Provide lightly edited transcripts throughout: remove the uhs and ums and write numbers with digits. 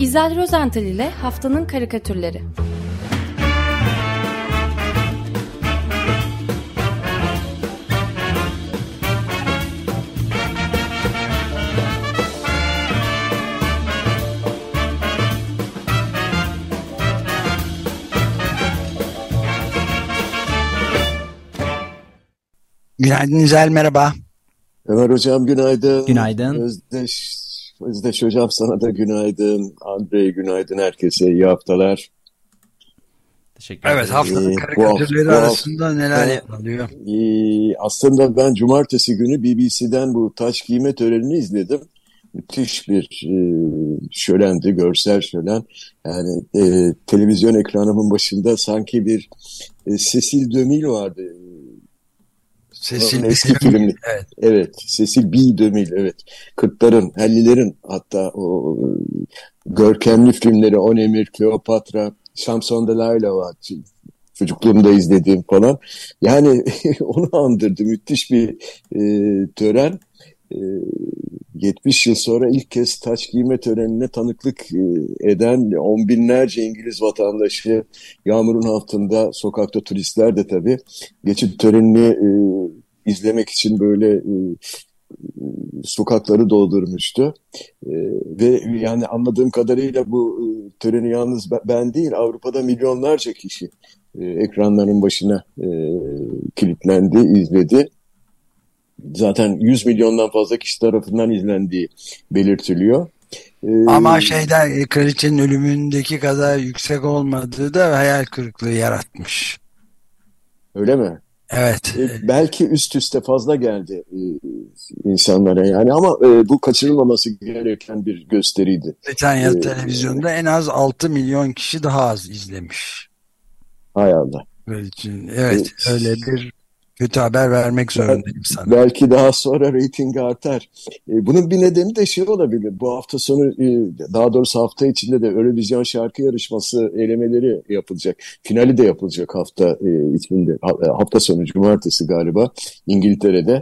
İzel Rozental ile Haftanın Karikatürleri. Günaydın İzel, merhaba. Ömer Hocam günaydın. Günaydın. Özdeş Hocam sana da günaydın. Andrei günaydın, herkese iyi haftalar. Teşekkür ederim. Evet, haftanın karikatürleri arasında neler yer alıyor? Aslında ben cumartesi günü BBC'den bu taç giyme törenini izledim. Müthiş bir şölendi, görsel şölen. Yani televizyon ekranımın başında sanki bir Cecil DeMille vardı. Cecil eski filmli. Evet. Evet, Cecil B. DeMille, evet. 40'ların, 50'lerin hatta o görkemli filmleri On Emir, Kleopatra, Şamson Delilah var. Çocukluğumda izlediğim falan. Yani onu andırdı. Müthiş bir tören. 70 yıl sonra ilk kez taç giyme törenine tanıklık eden on binlerce İngiliz vatandaşı, yağmurun altında, sokakta turistler de tabii geçit törenini izlemek için böyle sokakları doldurmuştu. Ve yani anladığım kadarıyla bu töreni yalnız ben değil, Avrupa'da milyonlarca kişi ekranların başına kilitlendi, izledi. Zaten 100 milyondan fazla kişi tarafından izlendiği belirtiliyor. Ama kraliçenin ölümündeki kadar yüksek olmadığı da hayal kırıklığı yaratmış. Öyle mi? Evet. Belki üst üste fazla geldi insanlara yani, ama bu kaçırılmaması gereken bir gösteriydi. Britanya televizyonda en az 6 milyon kişi daha az izlemiş. Hay Allah. Evet, öyle bir kötü haber vermek zorundayım sana. Belki daha sonra reytingi artar. Bunun bir nedeni de şey olabilir. Bu hafta sonu, daha doğrusu hafta içinde de Eurovision şarkı yarışması elemeleri yapılacak. Finali de yapılacak hafta içinde. Hafta sonu cumartesi galiba İngiltere'de.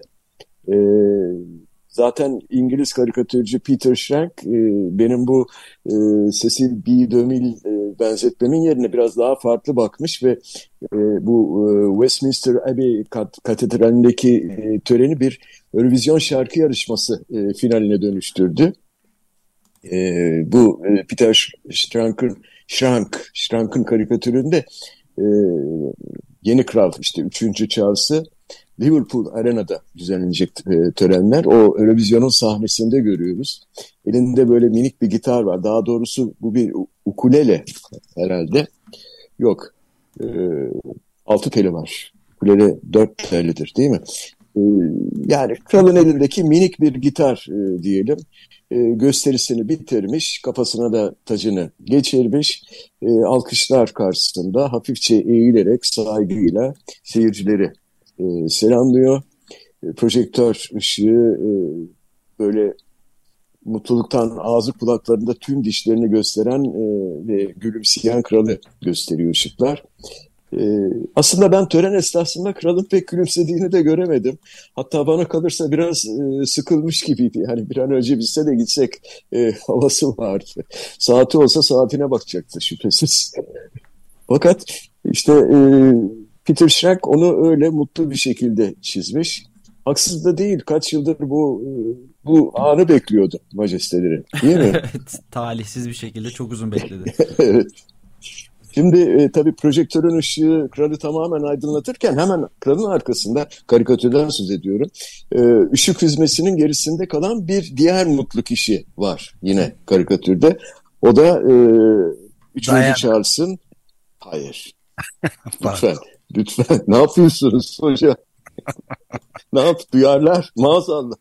Zaten İngiliz karikatürcü Peter Schrank benim bu Cecil B. DeMille benzetmemin yerine biraz daha farklı bakmış ve bu Westminster Abbey Katedrali'ndeki töreni bir Eurovision şarkı yarışması finaline dönüştürdü. Bu Peter Schrank'ın karikatüründe yeni kral, işte 3. Charles'ı Liverpool Arena'da düzenlenecek törenler. O Eurovision'un sahnesinde görüyoruz. Elinde böyle minik bir gitar var. Daha doğrusu bu bir ukulele herhalde. Yok. 6 teli var. Ukulele 4 telidir değil mi? Yani kralın elindeki minik bir gitar diyelim. Gösterisini bitirmiş. Kafasına da tacını geçirmiş. Alkışlar karşısında hafifçe eğilerek saygıyla seyircileri selamlıyor. Projektör ışığı böyle mutluluktan ağzı kulaklarında tüm dişlerini gösteren ve gülümseyen kralı gösteriyor ışıklar. Aslında ben tören esnasında kralın pek gülümsediğini de göremedim. Hatta bana kalırsa biraz sıkılmış gibiydi. Yani bir an önce bitse de gitsek havası vardı. Saati olsa saatine bakacaktı şüphesiz. Fakat işte Peter Schrank onu öyle mutlu bir şekilde çizmiş. Haksız da değil. Kaç yıldır bu anı bekliyordu majesteleri. Değil mi? Evet, talihsiz bir şekilde çok uzun bekledi. Evet. Şimdi tabii projektörün ışığı kralı tamamen aydınlatırken hemen kralın arkasında, karikatürden söz ediyorum, ışık hüzmesinin gerisinde kalan bir diğer mutlu kişi var yine karikatürde. O da 3. Charles'ın... Hayır. Lütfen. Ne yapıyorsunuz hocam? Ne duyarlar? Maazallah.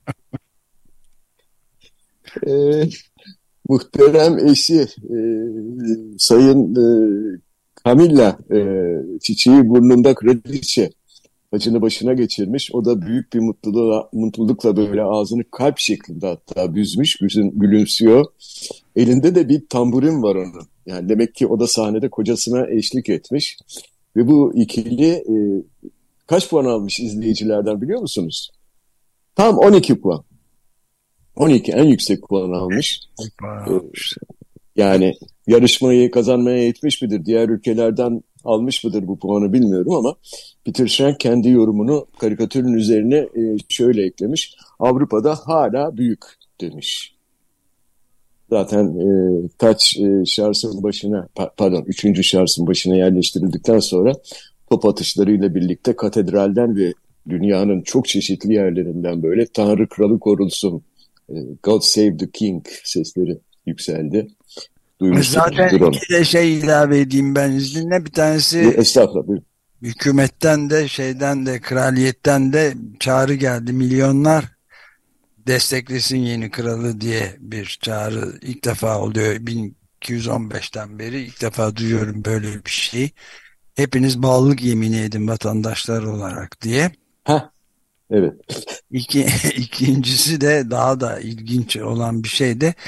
Muhterem eşi Sayın Camilla çiçeği burnunda kraliçe tacını başına geçirmiş. O da büyük bir mutlulukla böyle ağzını kalp şeklinde hatta büzmüş, gülümsüyor. Elinde de bir tamburin var onun. Yani demek ki o da sahnede kocasına eşlik etmiş. Ve bu ikili kaç puan almış izleyicilerden biliyor musunuz? Tam 12 puan. 12 en yüksek puan almış. Yani yarışmayı kazanmaya yetmiş midir? Diğer ülkelerden almış mıdır bu puanı bilmiyorum ama Peter Schenk kendi yorumunu karikatürün üzerine şöyle eklemiş. Avrupa'da hala büyük demiş. Zaten taç şarjın başına, pardon, 3. şarjın başına yerleştirildikten sonra top atışlarıyla birlikte katedralden ve dünyanın çok çeşitli yerlerinden böyle Tanrı kralı korunsun, God save the king sesleri yükseldi. Zaten iki de şey ilave edeyim ben izninle. Bir tanesi estağfurullah. Hükümetten de şeyden de kraliyetten de çağrı geldi. Milyonlar desteklesin yeni kralı diye bir çağrı ilk defa oluyor. 1215'ten beri ilk defa duyuyorum böyle bir şey. Hepiniz bağlılık yemini edin vatandaşlar olarak diye. Heh, evet. İkincisi de daha da ilginç olan bir şey de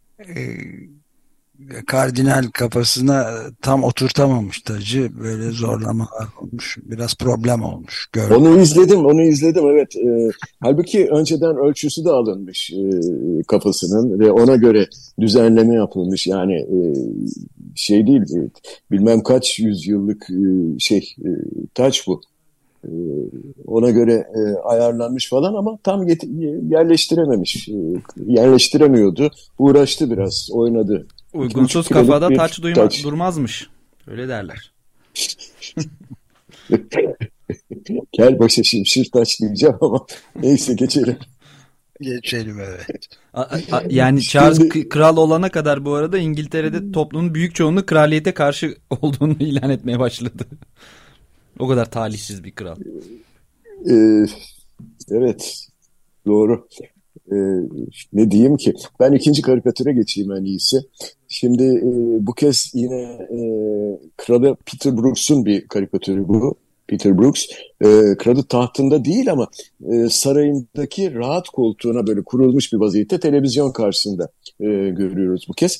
kardinal kafasına tam oturtamamış tacı, böyle zorlamalar olmuş. Biraz problem olmuş. Gördüm. Onu izledim evet. Halbuki önceden ölçüsü de alınmış kafasının ve ona göre düzenleme yapılmış. Yani şey değil, bilmem kaç yüzyıllık taç bu. Ona göre ayarlanmış falan ama tam yerleştirememiş. Yerleştiremiyordu. Uğraştı biraz, oynadı. Uygunsuz kafada taç durmazmış. Öyle derler. Kel başa şimşir taç diyeceğim ama neyse geçelim. Geçelim evet. Yani Charles kral olana kadar bu arada İngiltere'de toplumun büyük çoğunluğu kraliyete karşı olduğunu ilan etmeye başladı. O kadar talihsiz bir kral. Evet, doğru. Ne diyeyim ki? Ben ikinci karikatüre geçeyim en iyisi. Şimdi bu kez yine Kralı Peter Brooks'un bir karikatürü bu. Peter Brooks. Kralı tahtında değil ama sarayındaki rahat koltuğuna böyle kurulmuş bir vaziyette televizyon karşısında görüyoruz bu kez.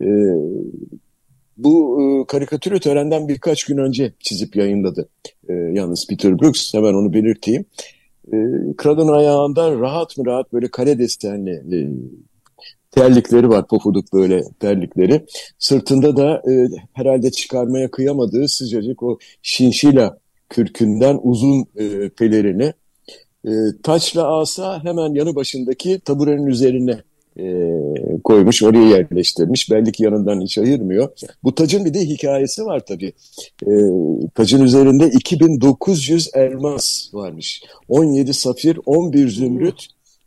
Bu karikatürü törenden birkaç gün önce çizip yayınladı. Yalnız Peter Brooks, hemen onu belirteyim. Kralın ayağında rahat mı rahat böyle kare desenli terlikleri var, pofuduk böyle terlikleri. Sırtında da herhalde çıkarmaya kıyamadığı sıcacık o şinşila kürkünden uzun pelerini. Taçla asa hemen yanı başındaki taburenin üzerine koymuş, oraya yerleştirmiş. Belli ki yanından hiç ayırmıyor. Bu tacın bir de hikayesi var tabii. Tacın üzerinde 2900 elmas varmış. 17 safir, 11 zümrüt,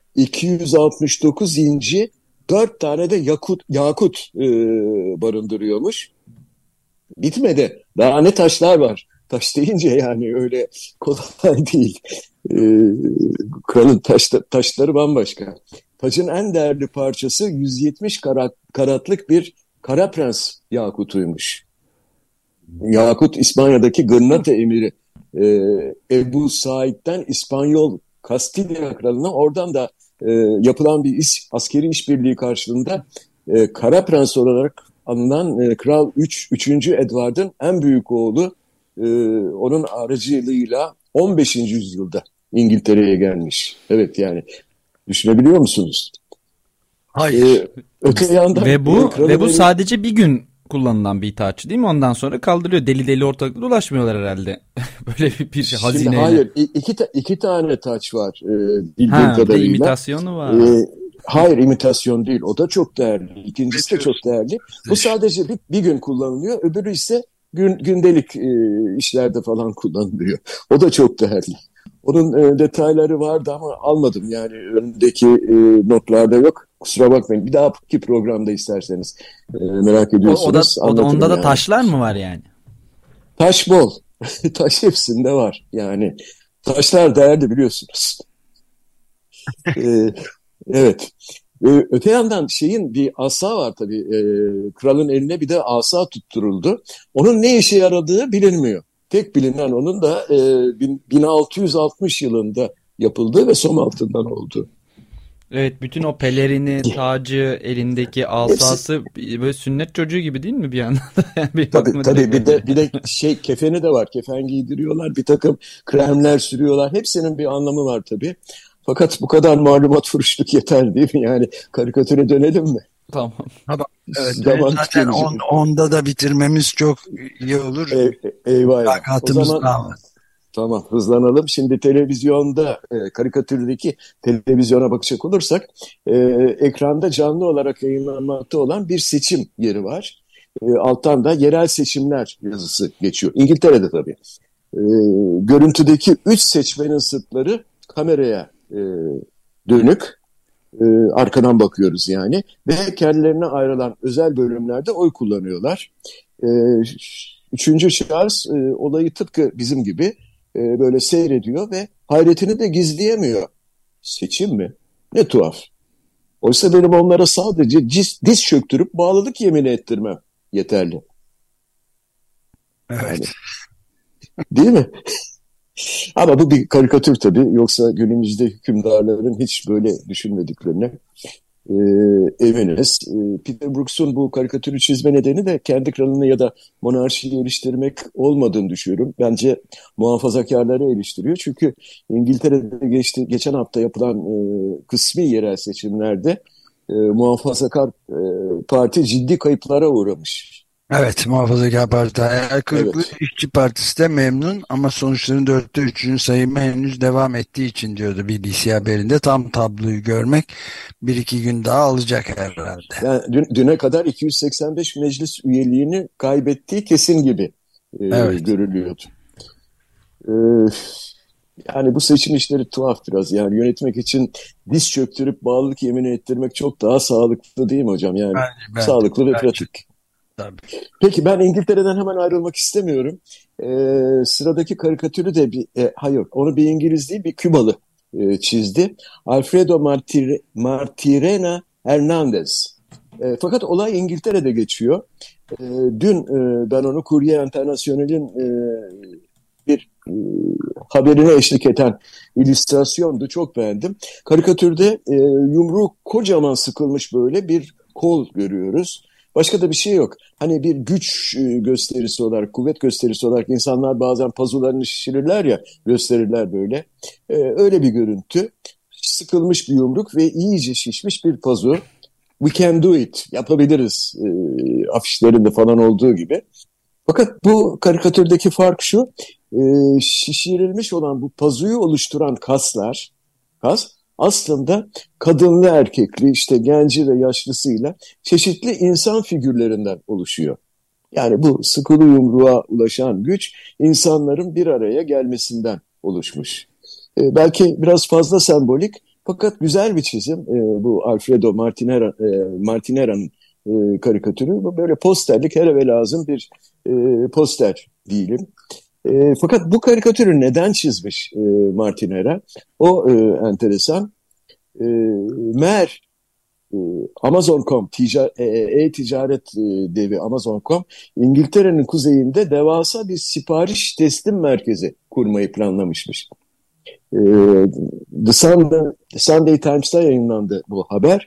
269 inci, 4 tane de yakut barındırıyormuş. Bitmedi. Daha ne taşlar var. Taş deyince yani öyle kolay değil. Kralın taşları bambaşka. Tacın en değerli parçası 170 karatlık bir Kara Prens yakutuymuş. Yakut İspanya'daki Gırnata emiri Ebu Said'den İspanyol Kastilya kralına, oradan da yapılan bir askeri işbirliği karşılığında Kara Prens olarak anılan Kral 3. Edward'ın en büyük oğlu onun aracılığıyla 15. yüzyılda İngiltere'ye gelmiş. Evet, yani düşünebiliyor musunuz? Hayır. Öte yandan ve bu sadece bir gün kullanılan bir taç değil mi? Ondan sonra kaldırıyor. Deli deli ortalıkta dolaşmıyorlar herhalde. Böyle bir şey hazineyle. Şimdi hayır, iki tane taç var bildiğim kadarıyla. İmitasyonu var. Hayır, imitasyon değil. O da çok değerli. İkincisi de çok değerli. Bu sadece bir gün kullanılıyor. Öbürü ise gündelik işlerde falan kullanılıyor. O da çok değerli. Onun detayları vardı ama almadım. Yani önündeki notlarda yok. Kusura bakmayın. Bir dahaki programda isterseniz merak ediyorsunuz. Onda da taşlar mı var yani? Taş bol. Taş hepsinde var. Yani taşlar değerli, biliyorsunuz. Evet. Öte yandan bir asa var tabii. Kralın eline bir de asa tutturuldu. Onun ne işe yaradığı bilinmiyor. Tek bilinen onun da 1660 yılında yapıldığı ve som altından oldu. Evet, bütün o pelerini, tacı, elindeki asası böyle sünnet çocuğu gibi değil mi bir yandan? Tabii bir de kefeni de var. Kefen giydiriyorlar, bir takım kremler sürüyorlar. Hepsinin bir anlamı var tabii. Fakat bu kadar malumat furuşluk yeter değil mi? Yani karikatüre dönelim mi? Tamam. Evet, zaman zaten tükenecek. onda da bitirmemiz çok iyi olur. Eyvah. O Takatımız zaman kalmaz. tamam, hızlanalım. Şimdi televizyonda, karikatürdeki televizyona bakacak olursak, ekranda canlı olarak yayınlanmakta olan bir seçim yeri var. Alttan da yerel seçimler yazısı geçiyor. İngiltere'de tabii. E, Görüntüdeki 3 seçmenin sırtları kameraya dönük. Arkadan bakıyoruz yani. Ve kendilerine ayrılan özel bölümlerde oy kullanıyorlar. E, Üçüncü şahıs olayı tıpkı bizim gibi böyle seyrediyor ve hayretini de gizleyemiyor. Seçim mi? Ne tuhaf. Oysa benim onlara sadece diz çöktürüp bağlılık yemini ettirmem yeterli. Evet. Yani, değil mi? Ama bu bir karikatür tabii. Yoksa günümüzde hükümdarların hiç böyle düşünmediklerine eminiz. Peter Brooks'un bu karikatürü çizme nedeni de kendi kralını ya da monarşiyi eleştirmek olmadığını düşünüyorum. Bence muhafazakarları eleştiriyor. Çünkü İngiltere'de geçen hafta yapılan kısmi yerel seçimlerde muhafazakar parti ciddi kayıplara uğramış. Evet, Muhafazakar Parti hayal kırıklığı, Evet. İşçi Partisi de memnun ama sonuçların 3'ünün sayımı henüz devam ettiği için diyordu BBC haberinde. Tam tabloyu görmek 1-2 gün daha alacak herhalde. Yani düne kadar 285 meclis üyeliğini kaybettiği kesin gibi Evet. görülüyordu. E, Yani bu seçim işleri tuhaf biraz. Yani yönetmek için diz çöktürüp bağlılık yemini ettirmek çok daha sağlıklı değil mi hocam? Yani sağlıklı ve pratik. Tabii. Peki ben İngiltere'den hemen ayrılmak istemiyorum. Sıradaki karikatürü de hayır, onu bir İngiliz değil, bir Kübalı çizdi. Alfredo Martirena Hernandez. Fakat olay İngiltere'de geçiyor. Dün ben onu Courrier International'in bir haberine eşlik eden illüstrasyondu. Çok beğendim. Karikatürde yumruğu kocaman sıkılmış böyle bir kol görüyoruz. Başka da bir şey yok. Hani bir güç gösterisi olarak, kuvvet gösterisi olarak insanlar bazen pazularını şişirirler ya, gösterirler böyle. Öyle bir görüntü. Sıkılmış bir yumruk ve iyice şişmiş bir pazu. We can do it, yapabiliriz afişlerinde falan olduğu gibi. Fakat bu karikatürdeki fark şu, şişirilmiş olan bu pazuyu oluşturan kas aslında kadınlı erkekli, işte genci ve yaşlısıyla çeşitli insan figürlerinden oluşuyor. Yani bu sıkılı yumruğa ulaşan güç insanların bir araya gelmesinden oluşmuş. Belki biraz fazla sembolik fakat güzel bir çizim bu Alfredo Martinera'nın karikatürü. Böyle posterlik, her eve lazım bir poster diyelim. Fakat bu karikatürü neden çizmiş Martinera? O enteresan. Meğer Amazon.com, e-ticaret devi Amazon.com, İngiltere'nin kuzeyinde devasa bir sipariş teslim merkezi kurmayı planlamışmış. The Sunday Times'ta yayınlandı bu haber.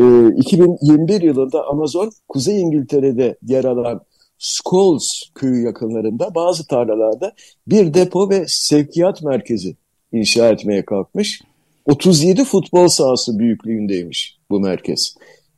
2021 yılında Amazon, Kuzey İngiltere'de yer alan Scholes köyü yakınlarında bazı tarlalarda bir depo ve sevkiyat merkezi inşa etmeye kalkmış. 37 futbol sahası büyüklüğündeymiş bu merkez.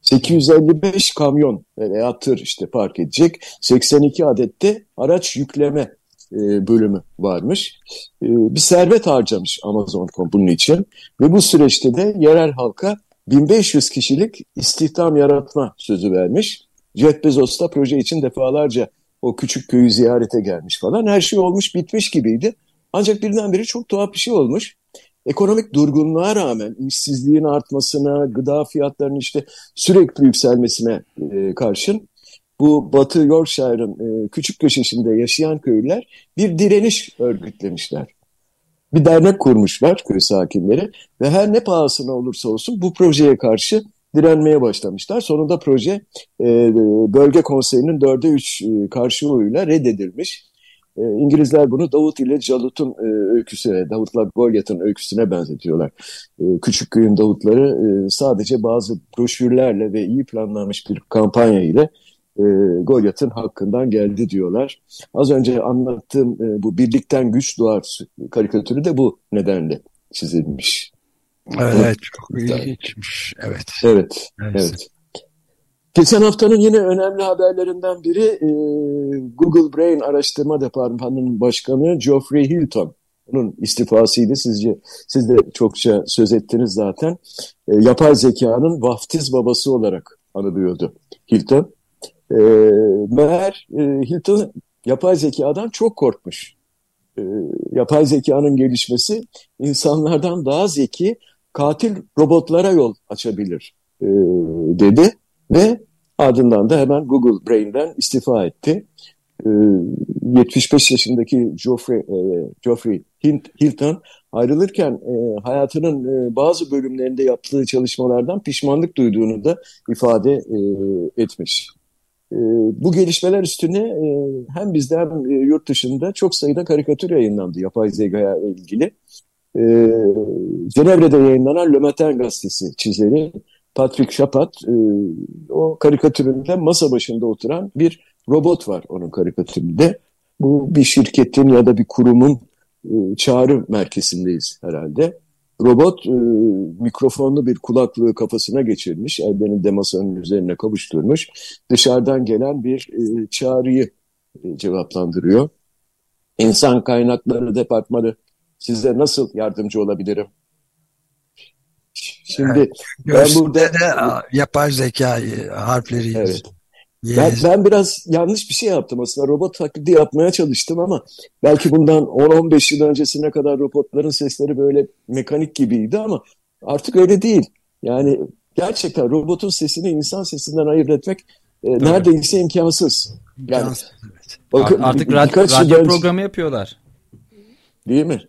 855 kamyon veya tır işte park edecek. 82 adette araç yükleme bölümü varmış. Bir servet harcamış Amazon.com bunun için ve bu süreçte de yerel halka 1500 kişilik istihdam yaratma sözü vermiş. Jeff Bezos da proje için defalarca o küçük köyü ziyarete gelmiş falan. Her şey olmuş bitmiş gibiydi. Ancak birdenbire çok tuhaf bir şey olmuş. Ekonomik durgunluğa rağmen işsizliğin artmasına, gıda fiyatlarının işte sürekli yükselmesine karşın bu Batı Yorkshire'ın küçük köşesinde yaşayan köylüler bir direniş örgütlemişler. Bir dernek kurmuşlar köy sakinleri ve her ne pahasına olursa olsun bu projeye karşı direnmeye başlamışlar. Sonunda proje bölge konseyinin 4'e 3 karşı oyuyla reddedilmiş. İngilizler bunu Davut ile Calut'un öyküsüne, Davut'la Golyat'ın öyküsüne benzetiyorlar. Küçük köyün Davutları sadece bazı broşürlerle ve iyi planlanmış bir kampanya ile Golyat'ın hakkından geldi diyorlar. Az önce anlattığım bu birlikten güç doğar karikatürü de bu nedenle çizilmiş. Evet, çok ilginçmiş. Evet. Evet. Geçen haftanın yine önemli haberlerinden biri Google Brain Araştırma Departmanı'nın başkanı Geoffrey Hinton. Onun istifasıydı. Siz de çokça söz ettiniz zaten. Yapay zekanın vaftiz babası olarak anılıyordu Hinton. Meğer Hinton yapay zekadan çok korkmuş. Yapay zekanın gelişmesi insanlardan daha zeki katil robotlara yol açabilir dedi ve ardından da hemen Google Brain'den istifa etti. 75 yaşındaki Geoffrey Hinton ayrılırken hayatının bazı bölümlerinde yaptığı çalışmalardan pişmanlık duyduğunu da ifade etmiş. Bu gelişmeler üstüne hem bizde hem yurt dışında çok sayıda karikatür yayınlandı yapay zekaya ilgili. Cenevre'de yayınlanan Le Matin gazetesi çizeri Patrick Chapat, o karikatüründe masa başında oturan bir robot var onun karikatüründe. Bu bir şirketin ya da bir kurumun çağrı merkezindeyiz herhalde. Robot mikrofonlu bir kulaklığı kafasına geçirmiş, ellerini de masanın üzerine kavuşturmuş. Dışarıdan gelen bir çağrıyı cevaplandırıyor. İnsan Kaynakları Departmanı, size nasıl yardımcı olabilirim? Şimdi ben burada yapay zeka harfleri evet. Ben biraz yanlış bir şey yaptım aslında. Robot taklidi yapmaya çalıştım ama belki bundan 10-15 yıl öncesine kadar robotların sesleri böyle mekanik gibiydi ama artık öyle değil. Yani gerçekten robotun sesini insan sesinden ayırt etmek neredeyse imkansız. Yani bakın, artık radyo programı yapıyorlar. Değil mi?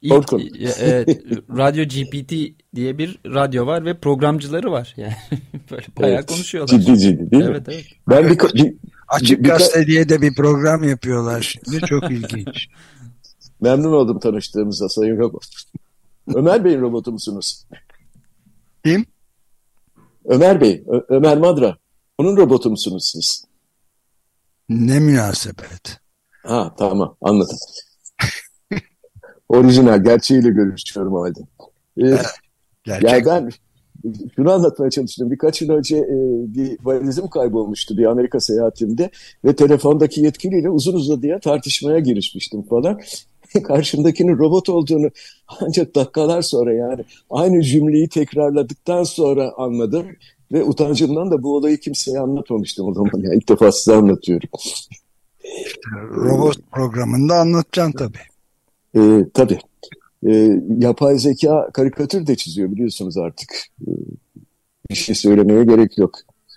Radyo GPT diye bir radyo var ve programcıları var. Yani böyle bayağı konuşuyorlar. Ciddi değil mi? Evet. Ben Açık Gazete diye de bir program yapıyorlar şimdi. Çok ilginç. Memnun oldum tanıştığımızda Sayın Robot. Ömer Bey'in robotu musunuz? Kim? Ömer Bey, Ömer Madra. Onun robotu musunuz siz? Ne münasebet. Ha, tamam, anladım. Orijinal, gerçeğiyle görüşüyorum o halde. Yani ben şunu anlatmaya çalıştım. Birkaç yıl önce bir valizim kaybolmuştu bir Amerika seyahatimde ve telefondaki yetkiliyle uzun uzadıya tartışmaya girişmiştim falan. Karşımdakinin robot olduğunu ancak dakikalar sonra, yani aynı cümleyi tekrarladıktan sonra anladım ve utancımdan da bu olayı kimseye anlatmamıştım o zaman. Yani ilk defa size anlatıyorum. Robot programında anlatacaksın tabii. Tabii. Yapay zeka karikatür de çiziyor biliyorsunuz artık. Bir şey söylemeye gerek yok.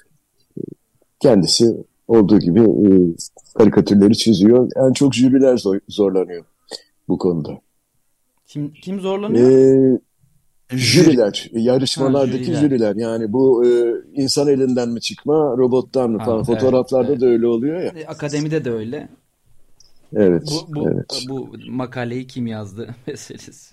Kendisi olduğu gibi karikatürleri çiziyor. En çok jüriler zorlanıyor bu konuda. Kim zorlanıyor? Jüriler, yarışmalardaki jüriler. Yani bu insan elinden mi çıkma, robottan mı falan. Fotoğraflarda evet. Da öyle oluyor ya. Akademide de öyle. Evet. Bu makaleyi kim yazdı meselesi.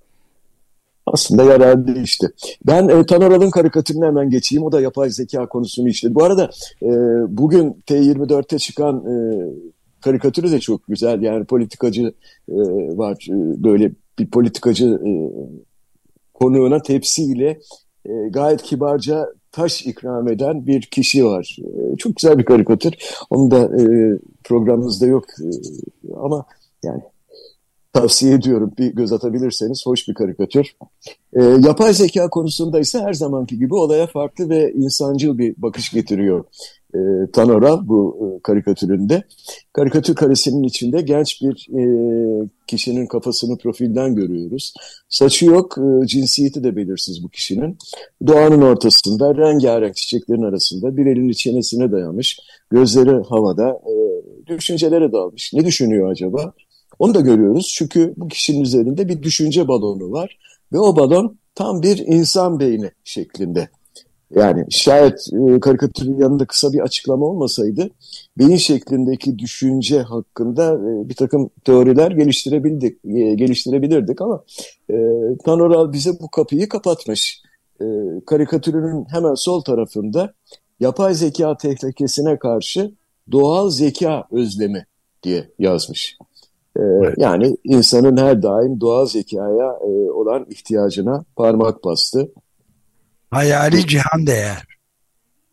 Aslında yararlı işte. Ben Tanoral'ın karikatürüne hemen geçeyim. O da yapay zeka konusunu işledi. Bu arada bugün T24'te çıkan karikatürü de çok güzel. Yani politikacı var. Böyle bir politikacı konuğuna tepsiyle gayet kibarca taş ikram eden bir kişi var. Çok güzel bir karikatür. Onu da programımızda yok. Ama yani tavsiye ediyorum. Bir göz atabilirseniz hoş bir karikatür. Yapay zeka konusunda ise her zamanki gibi olaya farklı ve insancıl bir bakış getiriyor Tanoral bu karikatüründe. Karikatür karesinin içinde genç bir kişinin kafasını profilden görüyoruz. Saçı yok, cinsiyeti de belirsiz bu kişinin. Doğanın ortasında, rengarenk çiçeklerin arasında bir elini çenesine dayamış, gözleri havada, düşüncelere dalmış. Ne düşünüyor acaba? Onu da görüyoruz çünkü bu kişinin üzerinde bir düşünce balonu var ve o balon tam bir insan beyni şeklinde. Yani şayet karikatürün yanında kısa bir açıklama olmasaydı beyin şeklindeki düşünce hakkında bir takım teoriler geliştirebilirdik ama Tanoral bize bu kapıyı kapatmış. Karikatürünün hemen sol tarafında yapay zeka tehlikesine karşı doğal zeka özlemi diye yazmış. Yani insanın her daim doğal zekaya olan ihtiyacına parmak bastı. Hayali cihan değer.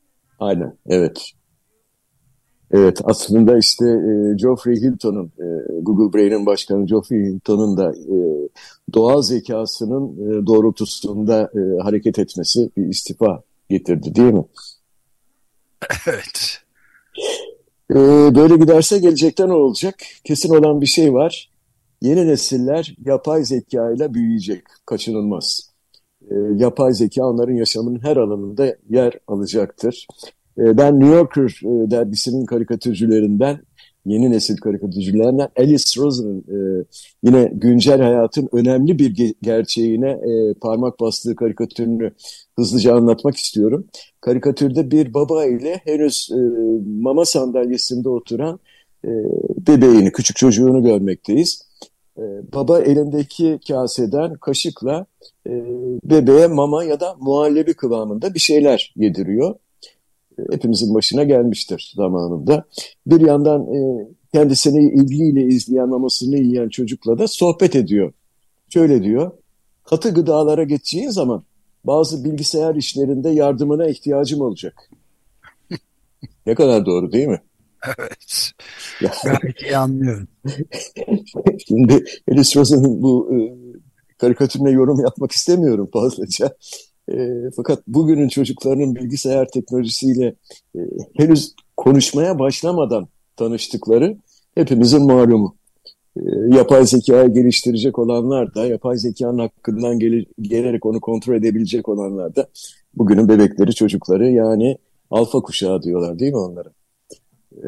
Aynen, evet. Evet, aslında işte Geoffrey Hinton'un, Google Brain'in başkanı Geoffrey Hinton'un da doğal zekasının doğrultusunda hareket etmesi bir istifa getirdi, değil mi? Evet. E, Böyle giderse gelecekte ne olacak? Kesin olan bir şey var. Yeni nesiller yapay zeka ile büyüyecek, kaçınılmaz. Yapay zeka onların yaşamının her alanında yer alacaktır. Ben New Yorker dergisinin karikatürcülerinden, yeni nesil karikatürcülerinden Alice Rosen'ın yine güncel hayatın önemli bir gerçeğine parmak bastığı karikatürünü hızlıca anlatmak istiyorum. Karikatürde bir baba ile henüz mama sandalyesinde oturan e, bebeğini, küçük çocuğunu görmekteyiz. Baba elindeki kaseden kaşıkla bebeğe mama ya da muhallebi kıvamında bir şeyler yediriyor. Hepimizin başına gelmiştir zamanında. Bir yandan kendisini ilgiyle izleyen, mamasını yiyen çocukla da sohbet ediyor. Şöyle diyor, katı gıdalara geçeceğin zaman bazı bilgisayar işlerinde yardımına ihtiyacım olacak. Ne kadar doğru, değil mi? Evet. Gayet iyi anlıyorum. Şimdi Alice Rosen'ın bu karikatürüne yorum yapmak istemiyorum fazlaca. Fakat bugünün çocuklarının bilgisayar teknolojisiyle e, henüz konuşmaya başlamadan tanıştıkları hepimizin malumu. Yapay zekayı geliştirecek olanlar da, yapay zekanın hakkından gelerek onu kontrol edebilecek olanlar da bugünün bebekleri, çocukları, yani alfa kuşağı diyorlar, değil mi onlara? E,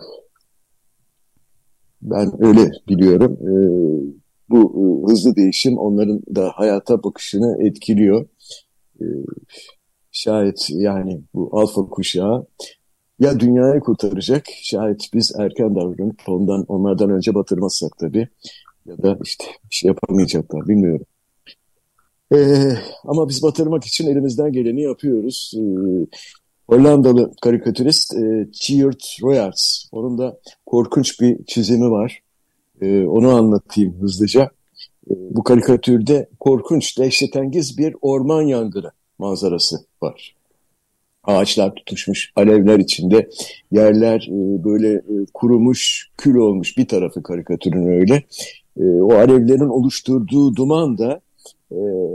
Ben öyle biliyorum. Bu hızlı değişim onların da hayata bakışını etkiliyor. Ee, Şayet yani bu alfa kuşağı ya dünyayı kurtaracak, şayet biz erken davranıp onlardan önce batırmazsak tabii, ya da işte bir şey yapamayacaklar, bilmiyorum. Ama biz batırmak için elimizden geleni yapıyoruz. Hollandalı karikatürist Tjeerd Royaerts, onun da korkunç bir çizimi var. Onu anlatayım hızlıca. Bu karikatürde korkunç, dehşetengiz bir orman yangını manzarası var. Ağaçlar tutuşmuş, alevler içinde, yerler böyle kurumuş, kül olmuş, bir tarafı karikatürün öyle. O alevlerin oluşturduğu duman da e,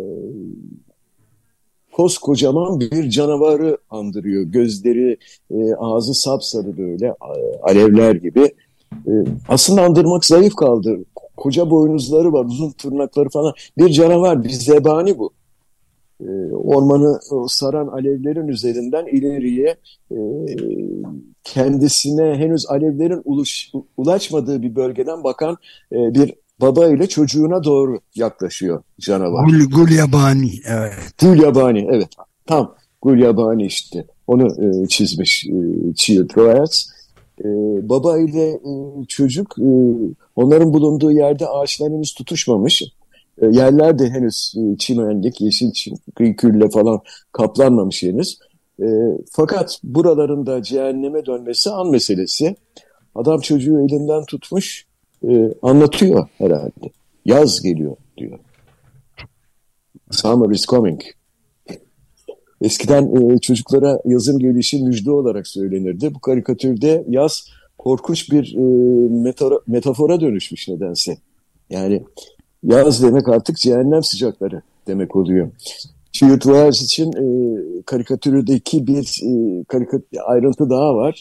koskocaman bir canavarı andırıyor. Gözleri, ağzı sapsarı böyle, alevler gibi. Aslında andırmak zayıf kaldı. Koca boynuzları var, uzun tırnakları falan. Bir canavar, bir zebani bu. Ormanı saran alevlerin üzerinden ileriye, e, kendisine henüz alevlerin ulaşmadığı bir bölgeden bakan bir baba ile çocuğuna doğru yaklaşıyor canavar. Gulyabani, evet. Gulyabani, evet. Tam Gulyabani işte. Onu çizmiş Tjeerd Royaerts. Baba ile çocuk, onların bulunduğu yerde ağaçlar henüz tutuşmamış. Yerler de henüz çimenlik, yeşil külle falan kaplanmamış henüz. Fakat buralarında cehenneme dönmesi an meselesi. Adam çocuğu elinden tutmuş, anlatıyor herhalde. Yaz geliyor diyor. Summer is coming. Eskiden çocuklara yazın gelişi müjde olarak söylenirdi. Bu karikatürde yaz korkunç bir metafora dönüşmüş nedense. Yani yaz demek artık cehennem sıcakları demek oluyor. Tjeerd Royaerts için karikatürdeki bir ayrıntı daha var.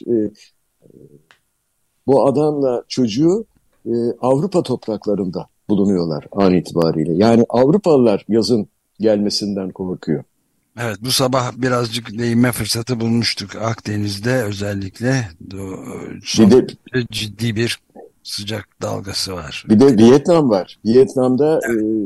Bu adamla çocuğu Avrupa topraklarında bulunuyorlar an itibariyle. Yani Avrupalılar yazın gelmesinden korkuyor. Evet, bu sabah birazcık değinme fırsatı bulmuştuk Akdeniz'de özellikle. Son Bir de ciddi bir sıcak dalgası var. Bir de Vietnam var. Vietnam'da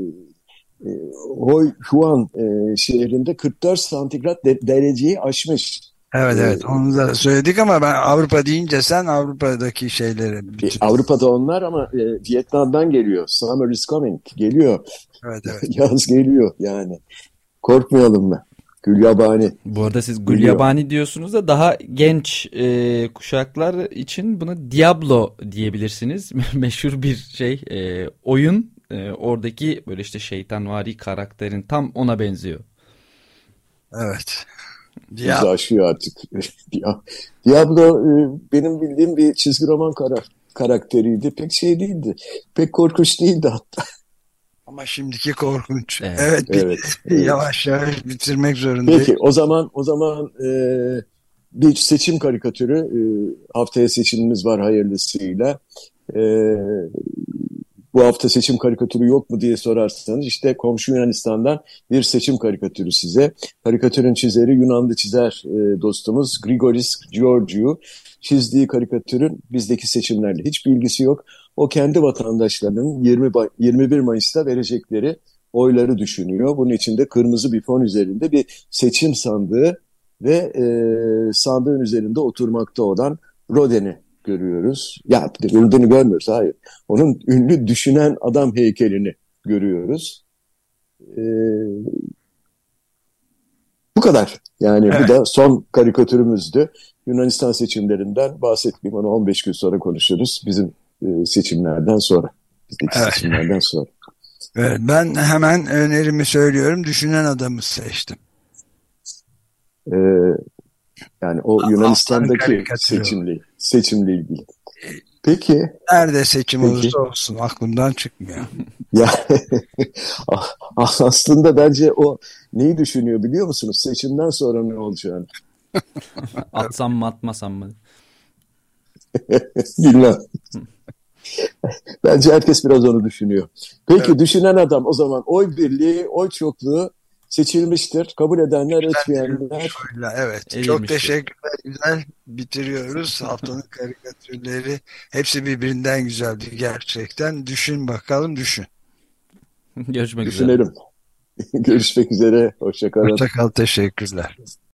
Hoi Huan şehrinde 44 santigrat dereceyi aşmış. Evet, onu da söyledik ama ben Avrupa deyince sen Avrupa'daki şeyleri... Avrupa'da onlar ama Vietnam'dan geliyor. Summer is coming. Geliyor. Evet. Yaz geliyor yani. Korkmayalım mı? Gülyabani. Bu arada siz Gülyabani diyorsunuz da daha genç kuşaklar için buna Diablo diyebilirsiniz. Meşhur bir şey, oyun. Oradaki böyle işte şeytanvari karakterin tam ona benziyor. Evet. Bizi aşıyor artık. Diablo benim bildiğim bir çizgi roman karakteriydi. Pek şey değildi. Pek korkunç değildi hatta. Ama şimdiki korkunç. Evet. Evet, Evet. yavaş yavaş bitirmek zorundayız. Peki o zaman bir seçim karikatürü, haftaya seçimimiz var hayırlısıyla. E, Bu hafta seçim karikatürü yok mu diye sorarsanız işte komşu Yunanistan'dan bir seçim karikatürü size. Karikatürün çizeri Yunanlı çizer dostumuz Grigoris Georgiou. Çizdiği karikatürün bizdeki seçimlerle hiçbir ilgisi yok. O kendi vatandaşlarının 21 Mayıs'ta verecekleri oyları düşünüyor. Bunun için de kırmızı bir fon üzerinde bir seçim sandığı ve sandığın üzerinde oturmakta olan Rodin'i görüyoruz. Ya Rodin'i görmüyoruz, hayır. Onun ünlü düşünen adam heykelini görüyoruz. Bu kadar. Yani evet. Bu da son karikatürümüzdü. Yunanistan seçimlerinden bahsetmeyeyim. Onu 15 gün sonra konuşuruz. Bizim seçimlerden sonra. Bizdeki seçimlerden sonra. Evet, ben hemen önerimi söylüyorum. Düşünen adamı seçtim. Yani o Yunanistan'daki seçimle ilgili. Peki. Nerede seçim olursa olsun aklımdan çıkmıyor. Ya aslında bence o neyi düşünüyor biliyor musunuz? Seçimden sonra ne olacağını. Atsam mı atmasam mı? Bilmem. Bence herkes biraz onu düşünüyor. Peki düşünen adam o zaman oy birliği, oy çokluğu seçilmiştir. Kabul edenler, etmeyenler. Evet. Çok teşekkürler. Güzel bitiriyoruz. Haftanın karikatürleri hepsi birbirinden güzeldi gerçekten. Düşün bakalım, düşün. Görüşmek üzere. Düşünelim. Görüşmek üzere. Hoşça kalın. Hoşça kal. Teşekkürler.